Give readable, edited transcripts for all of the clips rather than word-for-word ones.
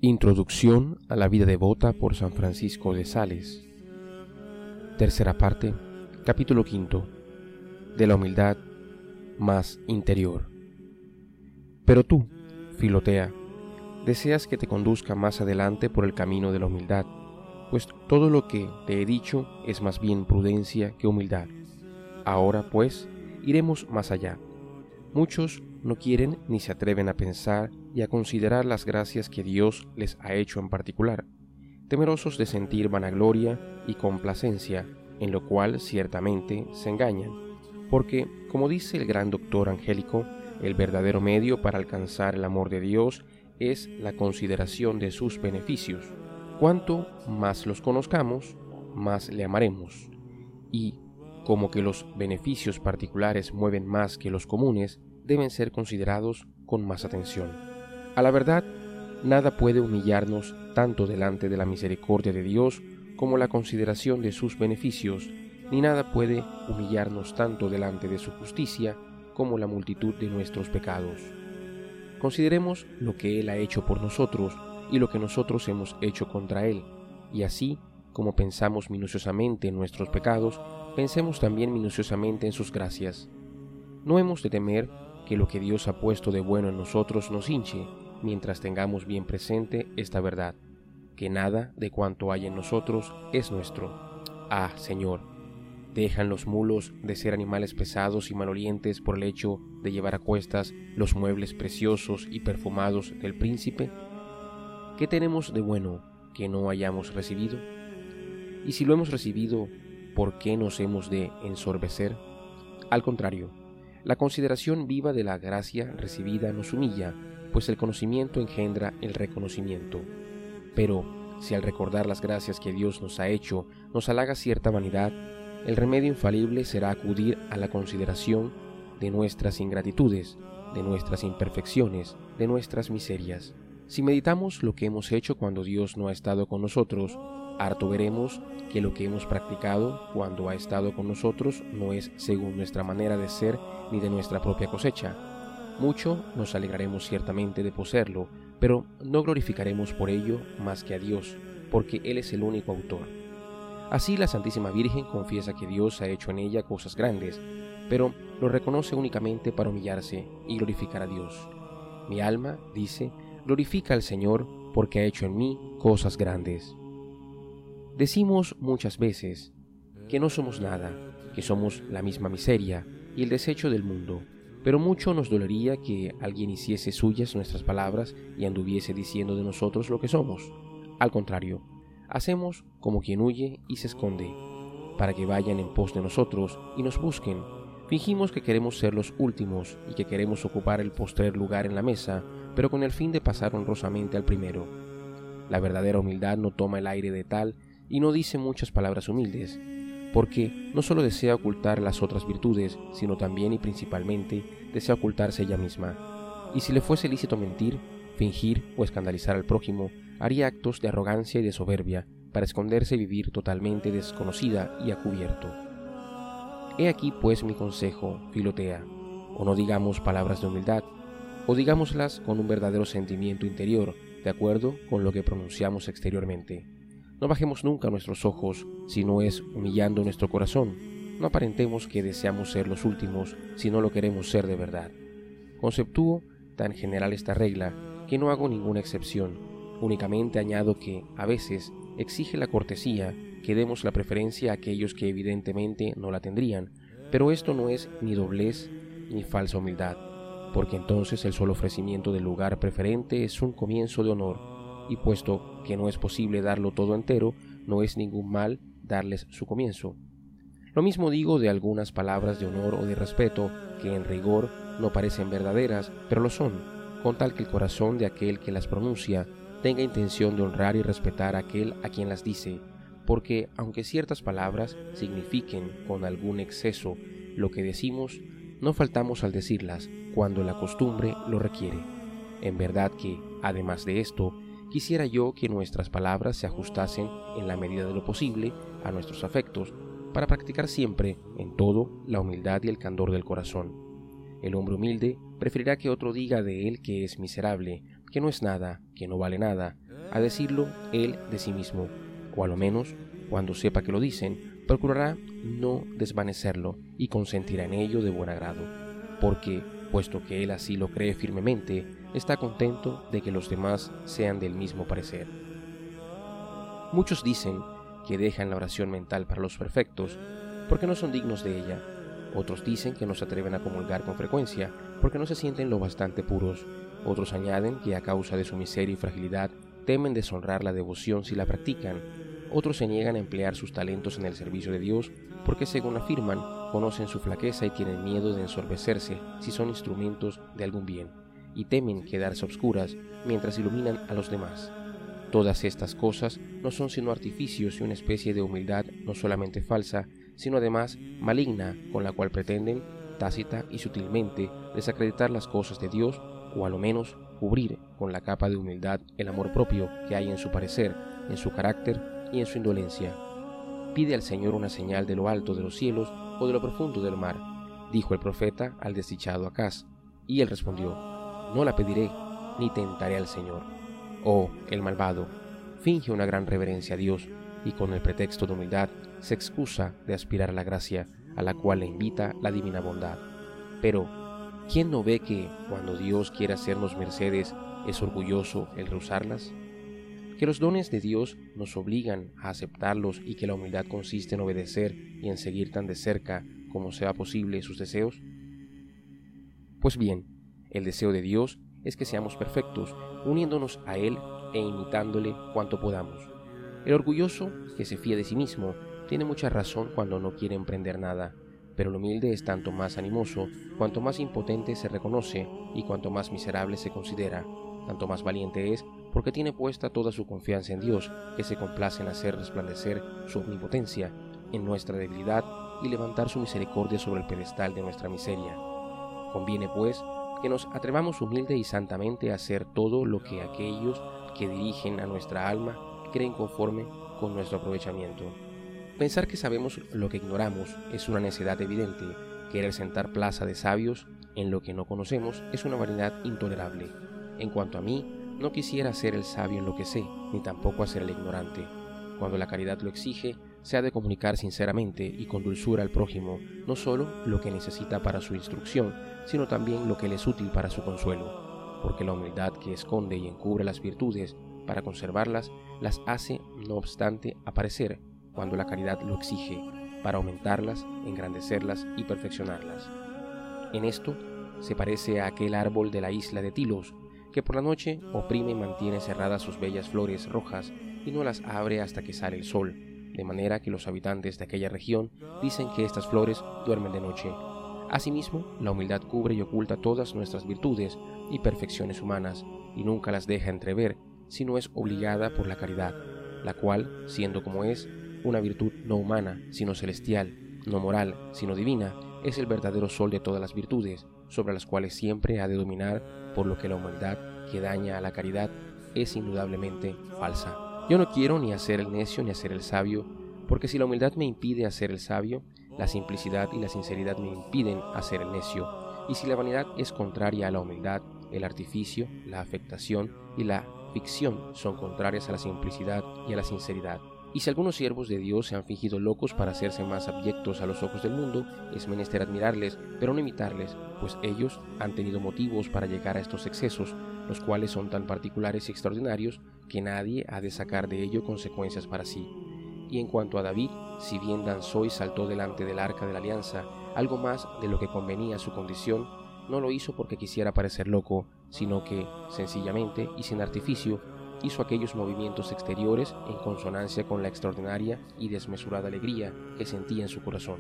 Introducción a la vida devota por San Francisco de Sales. Tercera parte, capítulo 5. De la humildad más interior. Pero tú, Filotea, deseas que te conduzca más adelante por el camino de la humildad, pues todo lo que te he dicho es más bien prudencia que humildad. Ahora, pues, iremos más allá. Muchos no quieren ni se atreven a pensar y a considerar las gracias que Dios les ha hecho en particular, temerosos de sentir vanagloria y complacencia, en lo cual ciertamente se engañan, porque, como dice el gran doctor Angélico, el verdadero medio para alcanzar el amor de Dios es la consideración de sus beneficios. Cuanto más los conozcamos, más le amaremos, y como que los beneficios particulares mueven más que los comunes, deben ser considerados con más atención. A la verdad, nada puede humillarnos tanto delante de la misericordia de Dios como la consideración de sus beneficios, ni nada puede humillarnos tanto delante de su justicia como la multitud de nuestros pecados. Consideremos lo que Él ha hecho por nosotros y lo que nosotros hemos hecho contra Él, y así como pensamos minuciosamente en nuestros pecados, pensemos también minuciosamente en sus gracias. No hemos de temer que lo que Dios ha puesto de bueno en nosotros nos hinche, mientras tengamos bien presente esta verdad, que nada de cuanto hay en nosotros es nuestro. Ah, Señor, ¿dejan los mulos de ser animales pesados y malolientes por el hecho de llevar a cuestas los muebles preciosos y perfumados del príncipe? ¿Qué tenemos de bueno que no hayamos recibido? Y si lo hemos recibido, ¿por qué nos hemos de ensorbecer? Al contrario, la consideración viva de la gracia recibida nos humilla, pues el conocimiento engendra el reconocimiento. Pero si al recordar las gracias que Dios nos ha hecho nos halaga cierta vanidad, el remedio infalible será acudir a la consideración de nuestras ingratitudes, de nuestras imperfecciones, de nuestras miserias. Si meditamos lo que hemos hecho cuando Dios no ha estado con nosotros, harto veremos que lo que hemos practicado cuando ha estado con nosotros no es según nuestra manera de ser ni de nuestra propia cosecha. Mucho nos alegraremos ciertamente de poseerlo, pero no glorificaremos por ello más que a Dios, porque Él es el único autor. Así la Santísima Virgen confiesa que Dios ha hecho en ella cosas grandes, pero lo reconoce únicamente para humillarse y glorificar a Dios. Mi alma, dice, glorifica al Señor porque ha hecho en mí cosas grandes. Decimos muchas veces que no somos nada, que somos la misma miseria y el desecho del mundo, pero mucho nos dolería que alguien hiciese suyas nuestras palabras y anduviese diciendo de nosotros lo que somos. Al contrario, hacemos como quien huye y se esconde, para que vayan en pos de nosotros y nos busquen. Fingimos que queremos ser los últimos y que queremos ocupar el postrer lugar en la mesa, pero con el fin de pasar honrosamente al primero. La verdadera humildad no toma el aire de tal y no dice muchas palabras humildes, porque no solo desea ocultar las otras virtudes, sino también y principalmente desea ocultarse ella misma. Y si le fuese lícito mentir, fingir o escandalizar al prójimo, haría actos de arrogancia y de soberbia para esconderse y vivir totalmente desconocida y a cubierto. He aquí pues mi consejo, Filotea, o no digamos palabras de humildad, o digámoslas con un verdadero sentimiento interior, de acuerdo con lo que pronunciamos exteriormente. No bajemos nunca nuestros ojos, si no es humillando nuestro corazón. No aparentemos que deseamos ser los últimos, si no lo queremos ser de verdad. Conceptúo tan general esta regla, que no hago ninguna excepción. Únicamente añado que, a veces, exige la cortesía que demos la preferencia a aquellos que evidentemente no la tendrían, pero esto no es ni doblez ni falsa humildad, porque entonces el solo ofrecimiento del lugar preferente es un comienzo de honor, y puesto que no es posible darlo todo entero, no es ningún mal darles su comienzo. Lo mismo digo de algunas palabras de honor o de respeto que en rigor no parecen verdaderas, pero lo son, con tal que el corazón de aquel que las pronuncia tenga intención de honrar y respetar a aquel a quien las dice, porque aunque ciertas palabras signifiquen con algún exceso lo que decimos, no faltamos al decirlas cuando la costumbre lo requiere. En verdad que, además de esto, quisiera yo que nuestras palabras se ajustasen en la medida de lo posible a nuestros afectos, para practicar siempre, en todo, la humildad y el candor del corazón. El hombre humilde preferirá que otro diga de él que es miserable, que no es nada, que no vale nada, a decirlo él de sí mismo, o a lo menos, cuando sepa que lo dicen, procurará no desvanecerlo y consentirá en ello de buen agrado, porque, puesto que él así lo cree firmemente, está contento de que los demás sean del mismo parecer. Muchos dicen que dejan la oración mental para los perfectos porque no son dignos de ella. Otros dicen que no se atreven a comulgar con frecuencia porque no se sienten lo bastante puros. Otros añaden que a causa de su miseria y fragilidad temen deshonrar la devoción si la practican. Otros se niegan a emplear sus talentos en el servicio de Dios porque, según afirman, conocen su flaqueza y tienen miedo de ensorbecerse si son instrumentos de algún bien, y temen quedarse a obscuras mientras iluminan a los demás. Todas estas cosas no son sino artificios y una especie de humildad no solamente falsa, sino además maligna, con la cual pretenden, tácita y sutilmente, desacreditar las cosas de Dios, o a lo menos cubrir con la capa de humildad el amor propio que hay en su parecer, en su carácter y en su indolencia. Pide al Señor una señal de lo alto de los cielos o de lo profundo del mar, dijo el profeta al desdichado Acaz, y él respondió: no la pediré, ni tentaré al Señor. Oh, el malvado finge una gran reverencia a Dios y con el pretexto de humildad se excusa de aspirar a la gracia a la cual le invita la divina bondad. Pero, ¿quién no ve que, cuando Dios quiere hacernos mercedes, es orgulloso el rehusarlas? Que los dones de Dios nos obligan a aceptarlos y que la humildad consiste en obedecer y en seguir tan de cerca como sea posible sus deseos. Pues bien, el deseo de Dios es que seamos perfectos, uniéndonos a Él e imitándole cuanto podamos. El orgulloso, que se fía de sí mismo, tiene mucha razón cuando no quiere emprender nada, pero el humilde es tanto más animoso cuanto más impotente se reconoce y cuanto más miserable se considera. Tanto más valiente es porque tiene puesta toda su confianza en Dios, que se complace en hacer resplandecer su omnipotencia en nuestra debilidad y levantar su misericordia sobre el pedestal de nuestra miseria. Conviene, pues, que nos atrevamos humilde y santamente a hacer todo lo que aquellos que dirigen a nuestra alma creen conforme con nuestro aprovechamiento. Pensar que sabemos lo que ignoramos es una necedad evidente. Querer sentar plaza de sabios en lo que no conocemos es una vanidad intolerable. En cuanto a mí, no quisiera ser el sabio en lo que sé, ni tampoco hacer el ignorante. Cuando la caridad lo exige, se ha de comunicar sinceramente y con dulzura al prójimo, no solo lo que necesita para su instrucción, sino también lo que le es útil para su consuelo, porque la humildad que esconde y encubre las virtudes para conservarlas, las hace, no obstante, aparecer cuando la caridad lo exige, para aumentarlas, engrandecerlas y perfeccionarlas. En esto se parece a aquel árbol de la isla de Tilos, que por la noche oprime y mantiene cerradas sus bellas flores rojas y no las abre hasta que sale el sol, de manera que los habitantes de aquella región dicen que estas flores duermen de noche. Asimismo, la humildad cubre y oculta todas nuestras virtudes y perfecciones humanas, y nunca las deja entrever, sino es obligada por la caridad, la cual, siendo como es, una virtud no humana, sino celestial, no moral, sino divina, es el verdadero sol de todas las virtudes, sobre las cuales siempre ha de dominar, por lo que la humildad, que daña a la caridad, es indudablemente falsa. Yo no quiero ni hacer el necio ni hacer el sabio, porque si la humildad me impide hacer el sabio, la simplicidad y la sinceridad me impiden hacer el necio, y si la vanidad es contraria a la humildad, el artificio, la afectación y la ficción son contrarias a la simplicidad y a la sinceridad. Y si algunos siervos de Dios se han fingido locos para hacerse más abyectos a los ojos del mundo, es menester admirarles, pero no imitarles, pues ellos han tenido motivos para llegar a estos excesos, los cuales son tan particulares y extraordinarios que nadie ha de sacar de ello consecuencias para sí. Y en cuanto a David, si bien danzó y saltó delante del arca de la alianza, algo más de lo que convenía a su condición, no lo hizo porque quisiera parecer loco, sino que, sencillamente y sin artificio, hizo aquellos movimientos exteriores en consonancia con la extraordinaria y desmesurada alegría que sentía en su corazón.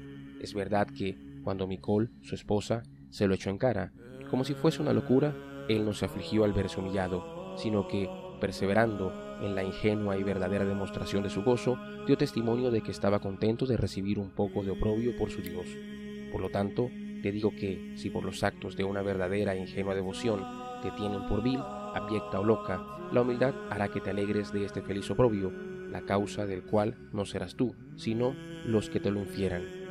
Es verdad que, cuando Micol, su esposa, se lo echó en cara, como si fuese una locura, él no se afligió al verse humillado, sino que, perseverando en la ingenua y verdadera demostración de su gozo, dio testimonio de que estaba contento de recibir un poco de oprobio por su Dios. Por lo tanto, te digo que, si por los actos de una verdadera e ingenua devoción te tienen por vil, abyecta o loca, la humildad hará que te alegres de este feliz oprobio, la causa del cual no serás tú, sino los que te lo infieran.